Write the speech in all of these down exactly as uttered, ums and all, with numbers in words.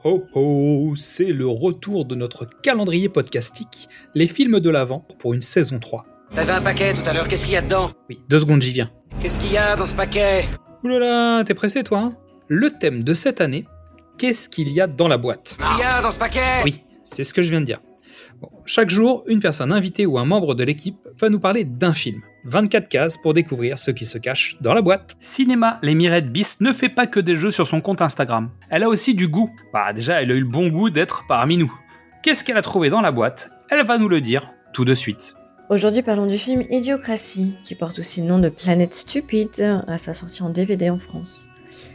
ho ho, c'est le retour de notre calendrier podcastique, les films de l'Avent pour une saison trois. T'avais un paquet tout à l'heure, qu'est-ce qu'il y a dedans ? Oui, deux secondes, j'y viens. Qu'est-ce qu'il y a dans ce paquet ? Oulala, t'es pressé toi hein ? Le thème de cette année, qu'est-ce qu'il y a dans la boîte ? Qu'est-ce qu'il y a dans ce paquet ? Oui, c'est ce que je viens de dire. Bon, chaque jour, une personne invitée ou un membre de l'équipe va nous parler d'un film. vingt-quatre cases pour découvrir ce qui se cache dans la boîte. Cinéma, les Mirettes Bis ne fait pas que des jeux sur son compte Instagram. Elle a aussi du goût. Bah déjà, elle a eu le bon goût d'être parmi nous. Qu'est-ce qu'elle a trouvé dans la boîte ? Elle va nous le dire tout de suite. Aujourd'hui, parlons du film Idiocratie, qui porte aussi le nom de Planète Stupide, à sa sortie en D V D en France.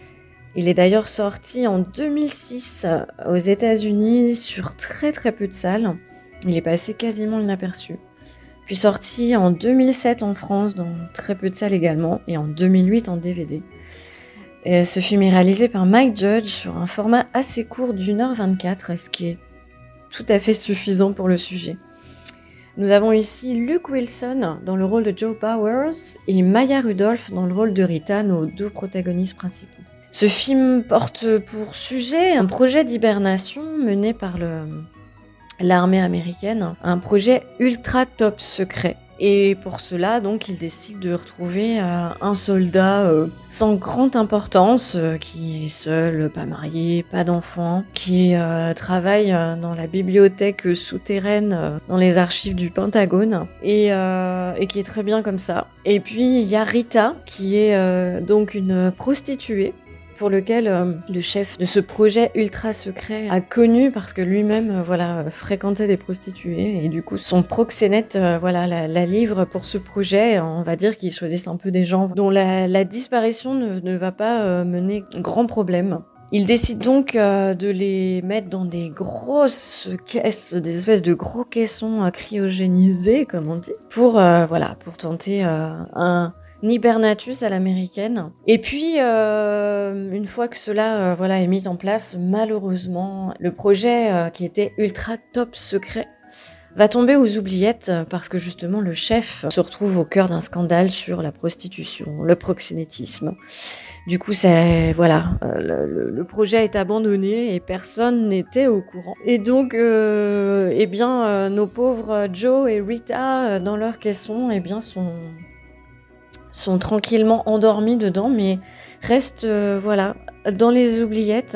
Il est d'ailleurs sorti en deux mille six aux États-Unis sur très très peu de salles. Il est passé quasiment inaperçu. Puis sorti en deux mille sept en France, dans très peu de salles également, et en deux mille huit en D V D. Et ce film est réalisé par Mike Judge sur un format assez court d'une heure vingt-quatre, ce qui est tout à fait suffisant pour le sujet. Nous avons ici Luke Wilson dans le rôle de Joe Powers et Maya Rudolph dans le rôle de Rita, nos deux protagonistes principaux. Ce film porte pour sujet un projet d'hibernation mené par le... l'armée américaine, un projet ultra top secret. Et pour cela, donc, il décide de retrouver euh, un soldat euh, sans grande importance, euh, qui est seul, pas marié, pas d'enfant, qui euh, travaille euh, dans la bibliothèque souterraine, euh, dans les archives du Pentagone, et, euh, et qui est très bien comme ça. Et puis, il y a Rita, qui est euh, donc une prostituée, pour lequel euh, le chef de ce projet ultra secret a connu parce que lui-même euh, voilà, fréquentait des prostituées et du coup son proxénète euh, voilà, la, la livre pour ce projet. On va dire qu'ils choisissent un peu des gens dont la, la disparition ne, ne va pas euh, mener grand problème. Il décide donc euh, de les mettre dans des grosses caisses, des espèces de gros caissons euh, cryogénisés comme on dit, pour, euh, voilà, pour tenter euh, un... hibernatus à l'américaine. Et puis, euh, une fois que cela euh, voilà, est mis en place, malheureusement, le projet euh, qui était ultra top secret va tomber aux oubliettes parce que justement le chef se retrouve au cœur d'un scandale sur la prostitution, le proxénétisme. Du coup, c'est voilà, euh, le, le projet est abandonné et personne n'était au courant. Et donc, euh, eh bien, euh, nos pauvres Joe et Rita, euh, dans leur caisson, eh bien, sont sont tranquillement endormis dedans, mais restent euh, voilà, dans les oubliettes.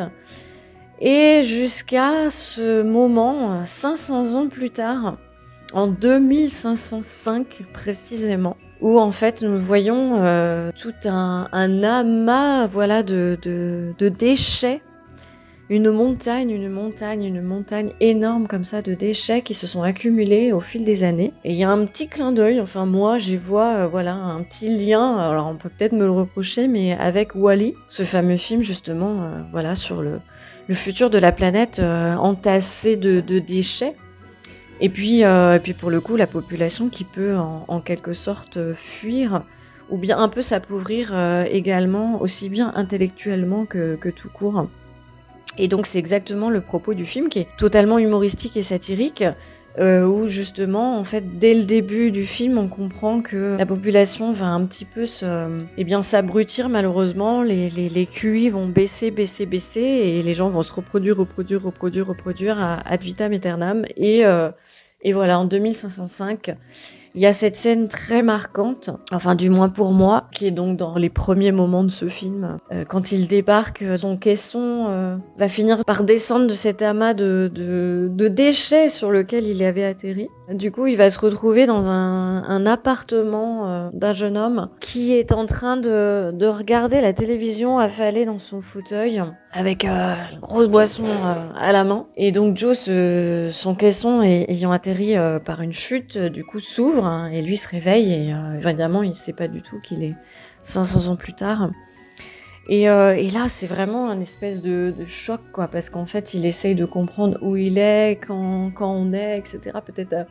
Et jusqu'à ce moment, cinq cents ans plus tard, en deux mille cinq cent cinq précisément, où en fait nous voyons euh, tout un, un amas voilà, de, de, de déchets, une montagne, une montagne, une montagne énorme comme ça de déchets qui se sont accumulés au fil des années. Et il y a un petit clin d'œil, enfin moi j'y vois euh, voilà, un petit lien, alors on peut peut-être me le reprocher, mais avec Wall-E, ce fameux film justement euh, voilà, sur le, le futur de la planète euh, entassée de, de déchets. Et puis, euh, et puis pour le coup la population qui peut en, en quelque sorte euh, fuir ou bien un peu s'appauvrir euh, également, aussi bien intellectuellement que, que tout court. Et donc c'est exactement le propos du film qui est totalement humoristique et satirique, euh, où justement en fait dès le début du film on comprend que la population va un petit peu se, eh bien s'abrutir malheureusement, les, les, les Q I vont baisser, baisser, baisser et les gens vont se reproduire, reproduire, reproduire, reproduire à ad vitam aeternam et, euh, et voilà en deux mille cinq cent cinq il y a cette scène très marquante, enfin du moins pour moi, qui est donc dans les premiers moments de ce film. Euh, quand il débarque, son caisson euh, va finir par descendre de cet amas de, de, de déchets sur lequel il avait atterri. Du coup, il va se retrouver dans un, un appartement euh, d'un jeune homme qui est en train de, de regarder la télévision affalé dans son fauteuil avec euh, une grosse boisson euh, à la main. Et donc Joe, ce, son caisson est, ayant atterri euh, par une chute, euh, du coup s'ouvre hein, et lui se réveille et euh, évidemment il sait pas du tout qu'il est cinq cents ans plus tard. Et, euh, et là c'est vraiment un espèce de, de choc quoi, parce qu'en fait il essaye de comprendre où il est, quand, quand on est, et cetera. Peut-être euh,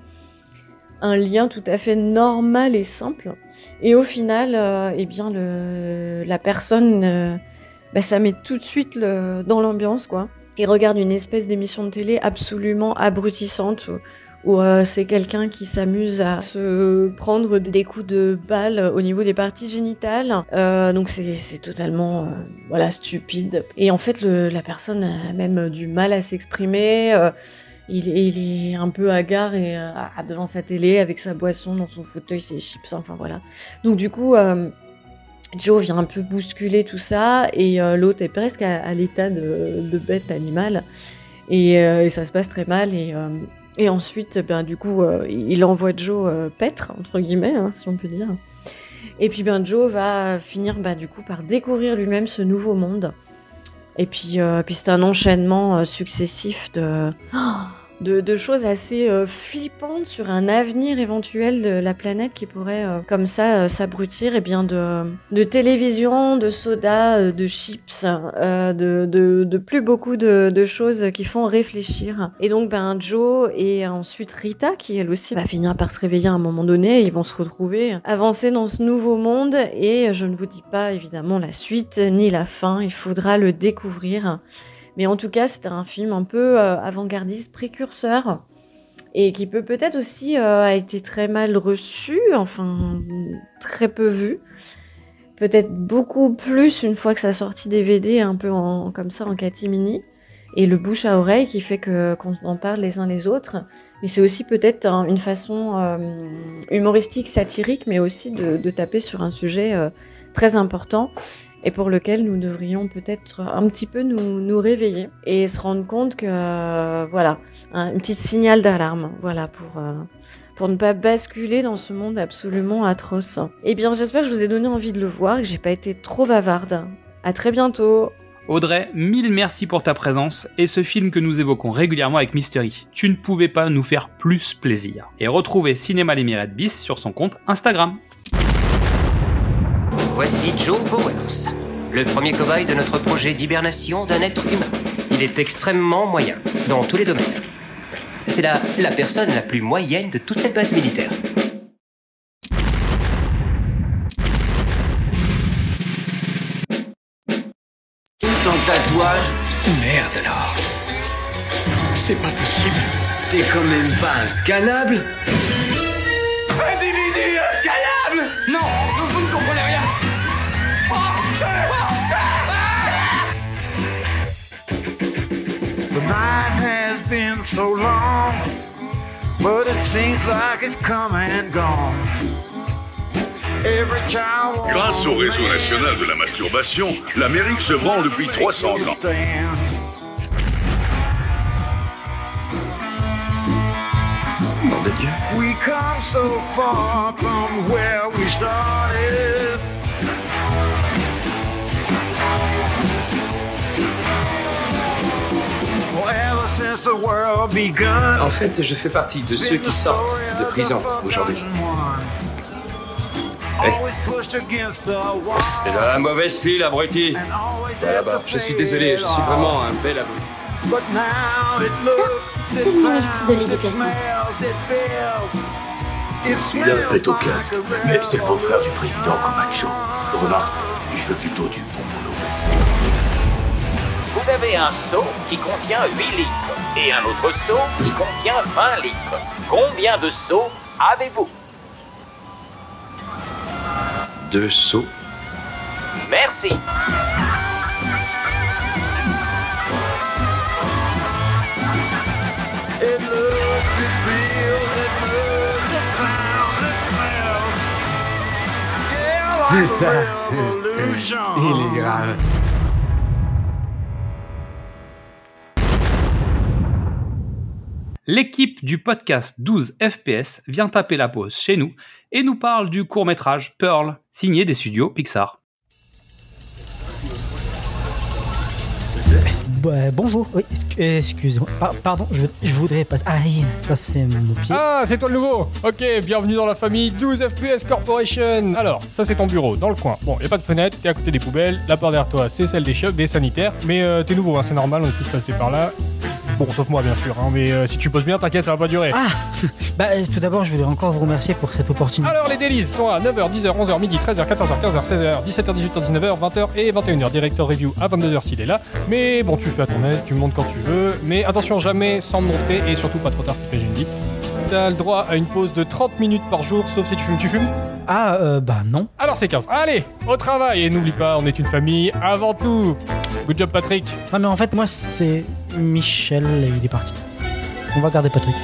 un lien tout à fait normal et simple. Et au final, euh, eh bien le, la personne... Euh, bah, ça met tout de suite le, dans l'ambiance, quoi. Il regarde une espèce d'émission de télé absolument abrutissante où, où euh, c'est quelqu'un qui s'amuse à se prendre des coups de balle au niveau des parties génitales. Euh, donc c'est, c'est totalement euh, voilà, stupide. Et en fait, le, la personne a même du mal à s'exprimer. Euh, il, il est un peu hagard et, euh, devant sa télé avec sa boisson dans son fauteuil, ses chips, enfin voilà. Donc du coup, euh, Joe vient un peu bousculer tout ça et euh, l'autre est presque à, à l'état de, de bête animale. Et, euh, et ça se passe très mal et... Euh, Et ensuite, ben, du coup, euh, il envoie Joe euh, paître, entre guillemets, hein, si on peut dire. Et puis, ben, Joe va finir, ben, du coup, par découvrir lui-même ce nouveau monde. Et puis, euh, puis c'est un enchaînement euh, successif de, de, de choses assez euh, flippantes sur un avenir éventuel de la planète qui pourrait, euh, comme ça, euh, s'abrutir. Et bien, de, de télévision, de soda, euh, de chips, euh, de, de, de plus beaucoup de, de choses qui font réfléchir. Et donc, ben, Joe et ensuite Rita, qui elle aussi va finir par se réveiller à un moment donné, ils vont se retrouver, avancer dans ce nouveau monde. Et je ne vous dis pas, évidemment, la suite ni la fin. Il faudra le découvrir. Mais en tout cas, c'était un film un peu euh, avant-gardiste, précurseur, et qui peut peut-être aussi euh, a été très mal reçu, enfin très peu vu. Peut-être beaucoup plus une fois que ça a sorti D V D, un peu en, comme ça en catimini. Et le bouche à oreille qui fait que, qu'on en parle les uns les autres. Mais c'est aussi peut-être hein, une façon euh, humoristique, satirique, mais aussi de, de taper sur un sujet euh, très important. Et pour lequel nous devrions peut-être un petit peu nous, nous réveiller et se rendre compte que, euh, voilà, un, un petit signal d'alarme, voilà, pour, euh, pour ne pas basculer dans ce monde absolument atroce. Eh bien, j'espère que je vous ai donné envie de le voir et que j'ai pas été trop bavarde. À très bientôt. Audrey, mille merci pour ta présence et ce film que nous évoquons régulièrement avec Mystery. Tu ne pouvais pas nous faire plus plaisir. Et retrouvez Cinéma Les Mirettes bis sur son compte Instagram. Voici Joe Powers, le premier cobaye de notre projet d'hibernation d'un être humain. Il est extrêmement moyen, dans tous les domaines. C'est la, la personne la plus moyenne de toute cette base militaire. Ton tatouage? Merde alors. C'est pas possible. T'es quand même pas un scannable? Individu inscannable! Non, vous ne comprenez rien. The night has been so long, but it seems like it's come and gone. Every child wants Grâce au réseau national de la masturbation, l'Amérique se branle depuis trois cents ans. Nom de Dieu. We come so far from where we started. Ever since the world begun. En fait, je fais partie de ceux qui sortent de prison aujourd'hui. T'es dans la mauvaise file, abruti. Voilà, bah, je suis désolé, je suis vraiment un bel abruti. C'est le ministre de l'Éducation. Il a un pète au casque, mais c'est le beau-frère du président Camacho. Remarque, il fait plutôt du bon boulot. Vous avez un seau qui contient huit litres et un autre seau qui contient vingt litres. Combien de seaux avez-vous? Deux seaux. Merci. Putain, il est grave. L'équipe du podcast douze F P S vient taper la pause chez nous et nous parle du court-métrage Pearl, signé des studios Pixar. Bah, bonjour, oui, excuse-moi, Par- pardon, je, je voudrais passer... Aïe, ça c'est mon pied. Ah, c'est toi le nouveau. Ok, bienvenue dans la famille douze F P S Corporation. Alors, ça c'est ton bureau, dans le coin. Bon, y a pas de fenêtre, t'es à côté des poubelles, la porte derrière toi c'est celle des chocs, des sanitaires. Mais euh, t'es nouveau, hein, c'est normal, on est tous passés par là. Bon, sauf moi bien sûr, hein, mais euh, si tu poses bien, t'inquiète, ça va pas durer. Ah, bah tout d'abord je voulais encore vous remercier pour cette opportunité. Alors les délices sont à neuf heures, dix heures, onze heures, midi, treize heures, quatorze heures, quinze heures, seize heures, dix-sept heures, dix-huit heures, dix-neuf heures, vingt heures et vingt et une heures. Director review à vingt-deux heures s'il est là. Mais bon, tu fais à ton aise, tu me montres quand tu veux. Mais attention, jamais sans me montrer et surtout pas trop tard, tu fais j'ai une vie. T'as le droit à une pause de trente minutes par jour, sauf si tu fumes. Tu fumes ? Ah, euh, bah non. Alors c'est quinze. Allez, au travail. Et n'oublie pas, on est une famille avant tout. Good job, Patrick. Ah, mais en fait, moi, c'est Michel et il est parti. On va garder Patrick.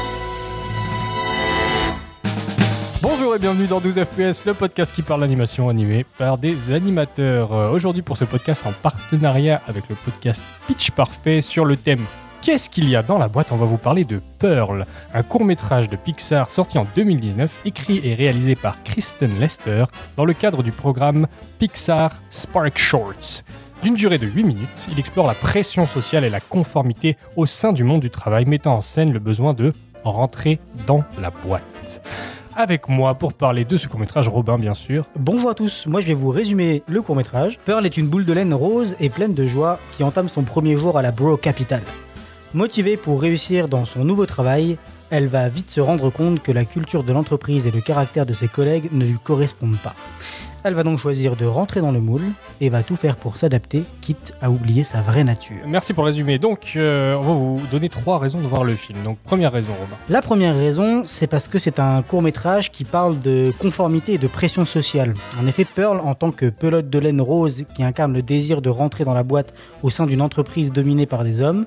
Bonjour et bienvenue dans douze F P S, le podcast qui parle d'animation animée par des animateurs. Euh, aujourd'hui pour ce podcast en partenariat avec le podcast Pitch Parfait sur le thème Qu'est-ce qu'il y a dans la boîte ? On va vous parler de Pearl, un court-métrage de Pixar sorti en deux mille dix-neuf, écrit et réalisé par Kristen Lester dans le cadre du programme Pixar Spark Shorts. D'une durée de huit minutes, il explore la pression sociale et la conformité au sein du monde du travail, mettant en scène le besoin de rentrer dans la boîte. Avec moi pour parler de ce court-métrage, Robin bien sûr. Bonjour à tous, moi je vais vous résumer le court-métrage. Pearl est une boule de laine rose et pleine de joie qui entame son premier jour à la Bro Capital. Motivée pour réussir dans son nouveau travail, elle va vite se rendre compte que la culture de l'entreprise et le caractère de ses collègues ne lui correspondent pas. Elle va donc choisir de rentrer dans le moule et va tout faire pour s'adapter, quitte à oublier sa vraie nature. Merci pour le résumé. Donc, euh, on va vous donner trois raisons de voir le film. Donc, première raison, Robin. La première raison, c'est parce que c'est un court-métrage qui parle de conformité et de pression sociale. En effet, Pearl, en tant que pelote de laine rose qui incarne le désir de rentrer dans la boîte au sein d'une entreprise dominée par des hommes,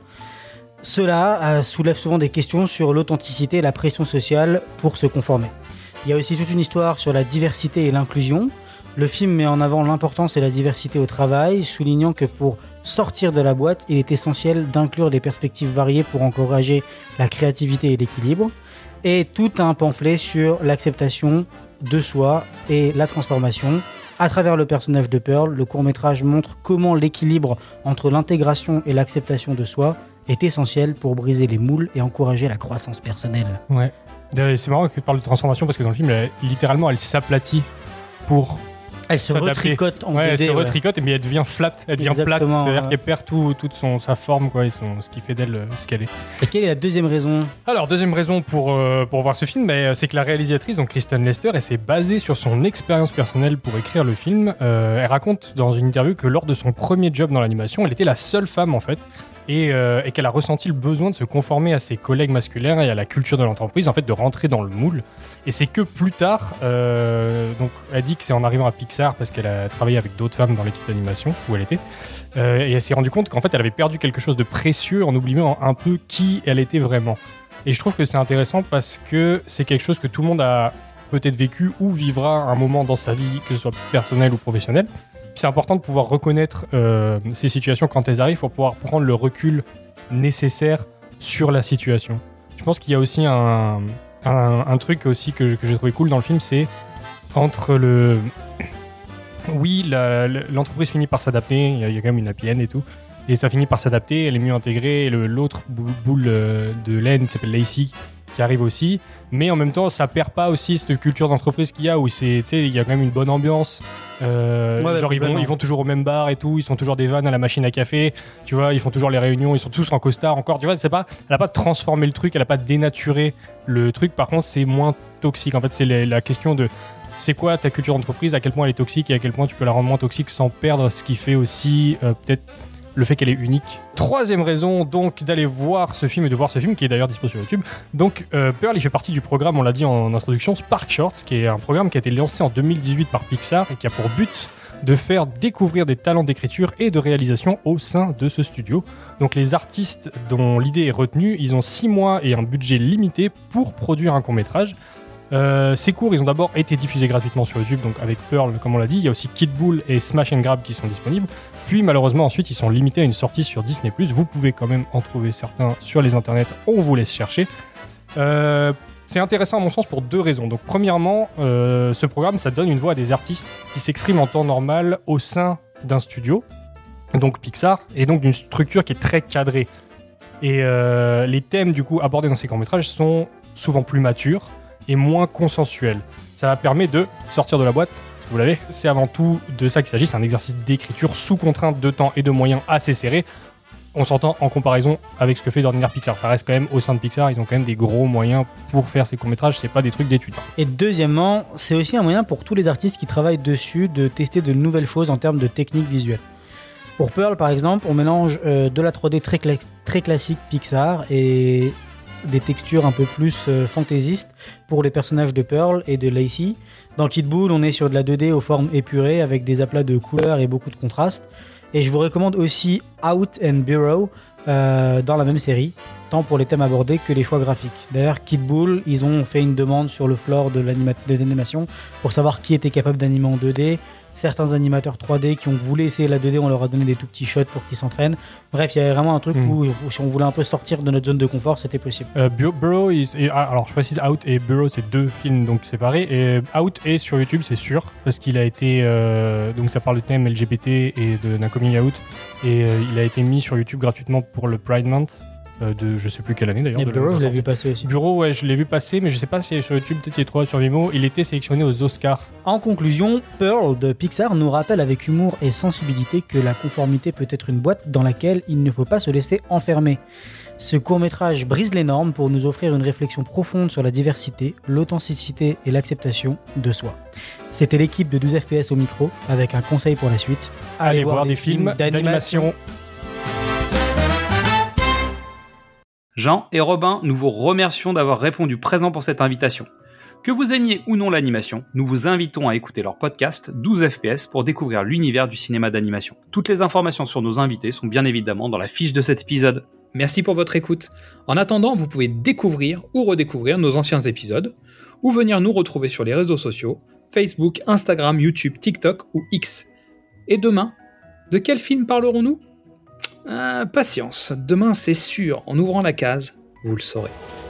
cela euh, soulève souvent des questions sur l'authenticité et la pression sociale pour se conformer. Il y a aussi toute une histoire sur la diversité et l'inclusion. Le film met en avant l'importance et la diversité au travail, soulignant que pour sortir de la boîte, il est essentiel d'inclure des perspectives variées pour encourager la créativité et l'équilibre. Et tout un pamphlet sur l'acceptation de soi et la transformation. À travers le personnage de Pearl, le court-métrage montre comment l'équilibre entre l'intégration et l'acceptation de soi est essentiel pour briser les moules et encourager la croissance personnelle. Ouais. C'est marrant que tu parles de transformation parce que dans le film, elle, littéralement, elle s'aplatit pour... Elle se s'adapter. retricote en ouais, B D. Elle se ouais. retricote, mais elle devient flat, elle devient plate. C'est-à-dire ouais. qu'elle perd tout, toute son, sa forme, quoi, et son, ce qui fait d'elle ce qu'elle est. Et quelle est la deuxième raison ? Alors, deuxième raison pour, euh, pour voir ce film, bah, c'est que la réalisatrice, donc Kristen Lester, elle s'est basée sur son expérience personnelle pour écrire le film. Euh, elle raconte dans une interview que lors de son premier job dans l'animation, elle était la seule femme, en fait, et, euh, et qu'elle a ressenti le besoin de se conformer à ses collègues masculins et à la culture de l'entreprise, en fait, de rentrer dans le moule. Et c'est que plus tard, euh, donc elle dit que c'est en arrivant à Pixar, parce qu'elle a travaillé avec d'autres femmes dans l'équipe d'animation où elle était, euh, et elle s'est rendue compte qu'en fait elle avait perdu quelque chose de précieux en oubliant un peu qui elle était vraiment. Et je trouve que c'est intéressant parce que c'est quelque chose que tout le monde a peut-être vécu ou vivra un moment dans sa vie, que ce soit personnel ou professionnel. C'est important de pouvoir reconnaître euh, ces situations quand elles arrivent pour pouvoir prendre le recul nécessaire sur la situation. Je pense qu'il y a aussi un... Un, un truc aussi que, que j'ai trouvé cool dans le film, c'est entre le... Oui, la, l'entreprise finit par s'adapter, il y, a, il y a quand même une happy end et tout, et ça finit par s'adapter, elle est mieux intégrée, et le, l'autre boule de laine qui s'appelle Lacey, qui arrive aussi, mais en même temps, ça perd pas aussi cette culture d'entreprise qu'il y a, où c'est, tu sais, il y a quand même une bonne ambiance, euh, ouais, genre ils vont, ils vont toujours au même bar et tout, ils sont toujours des vannes à la machine à café, tu vois, ils font toujours les réunions, ils sont tous en costard encore, tu vois, c'est pas, elle a pas transformé le truc, elle a pas dénaturé le truc, par contre, c'est moins toxique, en fait, c'est la, la question de c'est quoi ta culture d'entreprise, à quel point elle est toxique et à quel point tu peux la rendre moins toxique sans perdre ce qui fait aussi, euh, peut-être, le fait qu'elle est unique. Troisième raison donc d'aller voir ce film et de voir ce film qui est d'ailleurs dispo sur YouTube. Donc euh, Pearl il fait partie du programme, on l'a dit en introduction, Spark Shorts, qui est un programme qui a été lancé en deux mille dix-huit par Pixar et qui a pour but de faire découvrir des talents d'écriture et de réalisation au sein de ce studio. Donc les artistes dont l'idée est retenue, ils ont six mois et un budget limité pour produire un court-métrage. Euh, ces cours, ils ont d'abord été diffusés gratuitement sur YouTube, donc avec Pearl, comme on l'a dit. Il y a aussi Kid Bull et Smash and Grab qui sont disponibles. Puis malheureusement, ensuite, ils sont limités à une sortie sur Disney plus. Vous pouvez quand même en trouver certains sur les internets. On vous laisse chercher. Euh, c'est intéressant à mon sens pour deux raisons. Donc premièrement, euh, ce programme, ça donne une voix à des artistes qui s'expriment en temps normal au sein d'un studio, donc Pixar, et donc d'une structure qui est très cadrée. Et euh, les thèmes du coup abordés dans ces courts-métrages sont souvent plus matures et moins consensuel. Ça permet de sortir de la boîte, si vous l'avez. C'est avant tout de ça qu'il s'agit, c'est un exercice d'écriture sous contrainte de temps et de moyens assez serrés. On s'entend en comparaison avec ce que fait d'ordinaire Pixar. Ça reste quand même, au sein de Pixar, ils ont quand même des gros moyens pour faire ces courts-métrages, c'est pas des trucs d'études. Et deuxièmement, c'est aussi un moyen pour tous les artistes qui travaillent dessus de tester de nouvelles choses en termes de techniques visuelles. Pour Pearl, par exemple, on mélange euh, de la trois D très, cla- très classique Pixar et des textures un peu plus euh, fantaisistes pour les personnages de Pearl et de Lacey. Dans Kid Bull, on est sur de la deux D aux formes épurées avec des aplats de couleurs et beaucoup de contrastes. Et je vous recommande aussi Out and Bureau euh, dans la même série, tant pour les thèmes abordés que les choix graphiques. D'ailleurs, Kid Bull, ils ont fait une demande sur le floor de, l'anima- de l'animation pour savoir qui était capable d'animer en deux D. Certains animateurs trois D qui ont voulu essayer la deux D, on leur a donné des tout petits shots pour qu'ils s'entraînent. Bref, il y avait vraiment un truc mmh. où, où si on voulait un peu sortir de notre zone de confort, c'était possible. Euh, Burrow, is, et, alors je précise, Out et Burrow, c'est deux films donc séparés. Et Out est sur YouTube, c'est sûr, parce qu'il a été, euh, donc ça parle de thème L G B T et de, d'un coming out, et euh, il a été mis sur YouTube gratuitement pour le Pride Month. Euh, de je sais plus quelle année d'ailleurs. Et Bureau, je l'ai vu passer aussi. Bureau, ouais, je l'ai vu passer, mais je sais pas si sur YouTube, peut-être il est trop sur Vimeo. Il était sélectionné aux Oscars. En conclusion, Pearl de Pixar nous rappelle avec humour et sensibilité que la conformité peut être une boîte dans laquelle il ne faut pas se laisser enfermer. Ce court-métrage brise les normes pour nous offrir une réflexion profonde sur la diversité, l'authenticité et l'acceptation de soi. C'était l'équipe de douze F P S au micro, avec un conseil pour la suite. Allez, Allez voir, voir des, des films d'animation. d'animation. Jean et Robin, nous vous remercions d'avoir répondu présent pour cette invitation. Que vous aimiez ou non l'animation, nous vous invitons à écouter leur podcast douze F P S pour découvrir l'univers du cinéma d'animation. Toutes les informations sur nos invités sont bien évidemment dans la fiche de cet épisode. Merci pour votre écoute. En attendant, vous pouvez découvrir ou redécouvrir nos anciens épisodes, ou venir nous retrouver sur les réseaux sociaux, Facebook, Instagram, YouTube, TikTok ou X. Et demain, de quel film parlerons-nous ? Euh, patience, demain c'est sûr, en ouvrant la case, vous le saurez.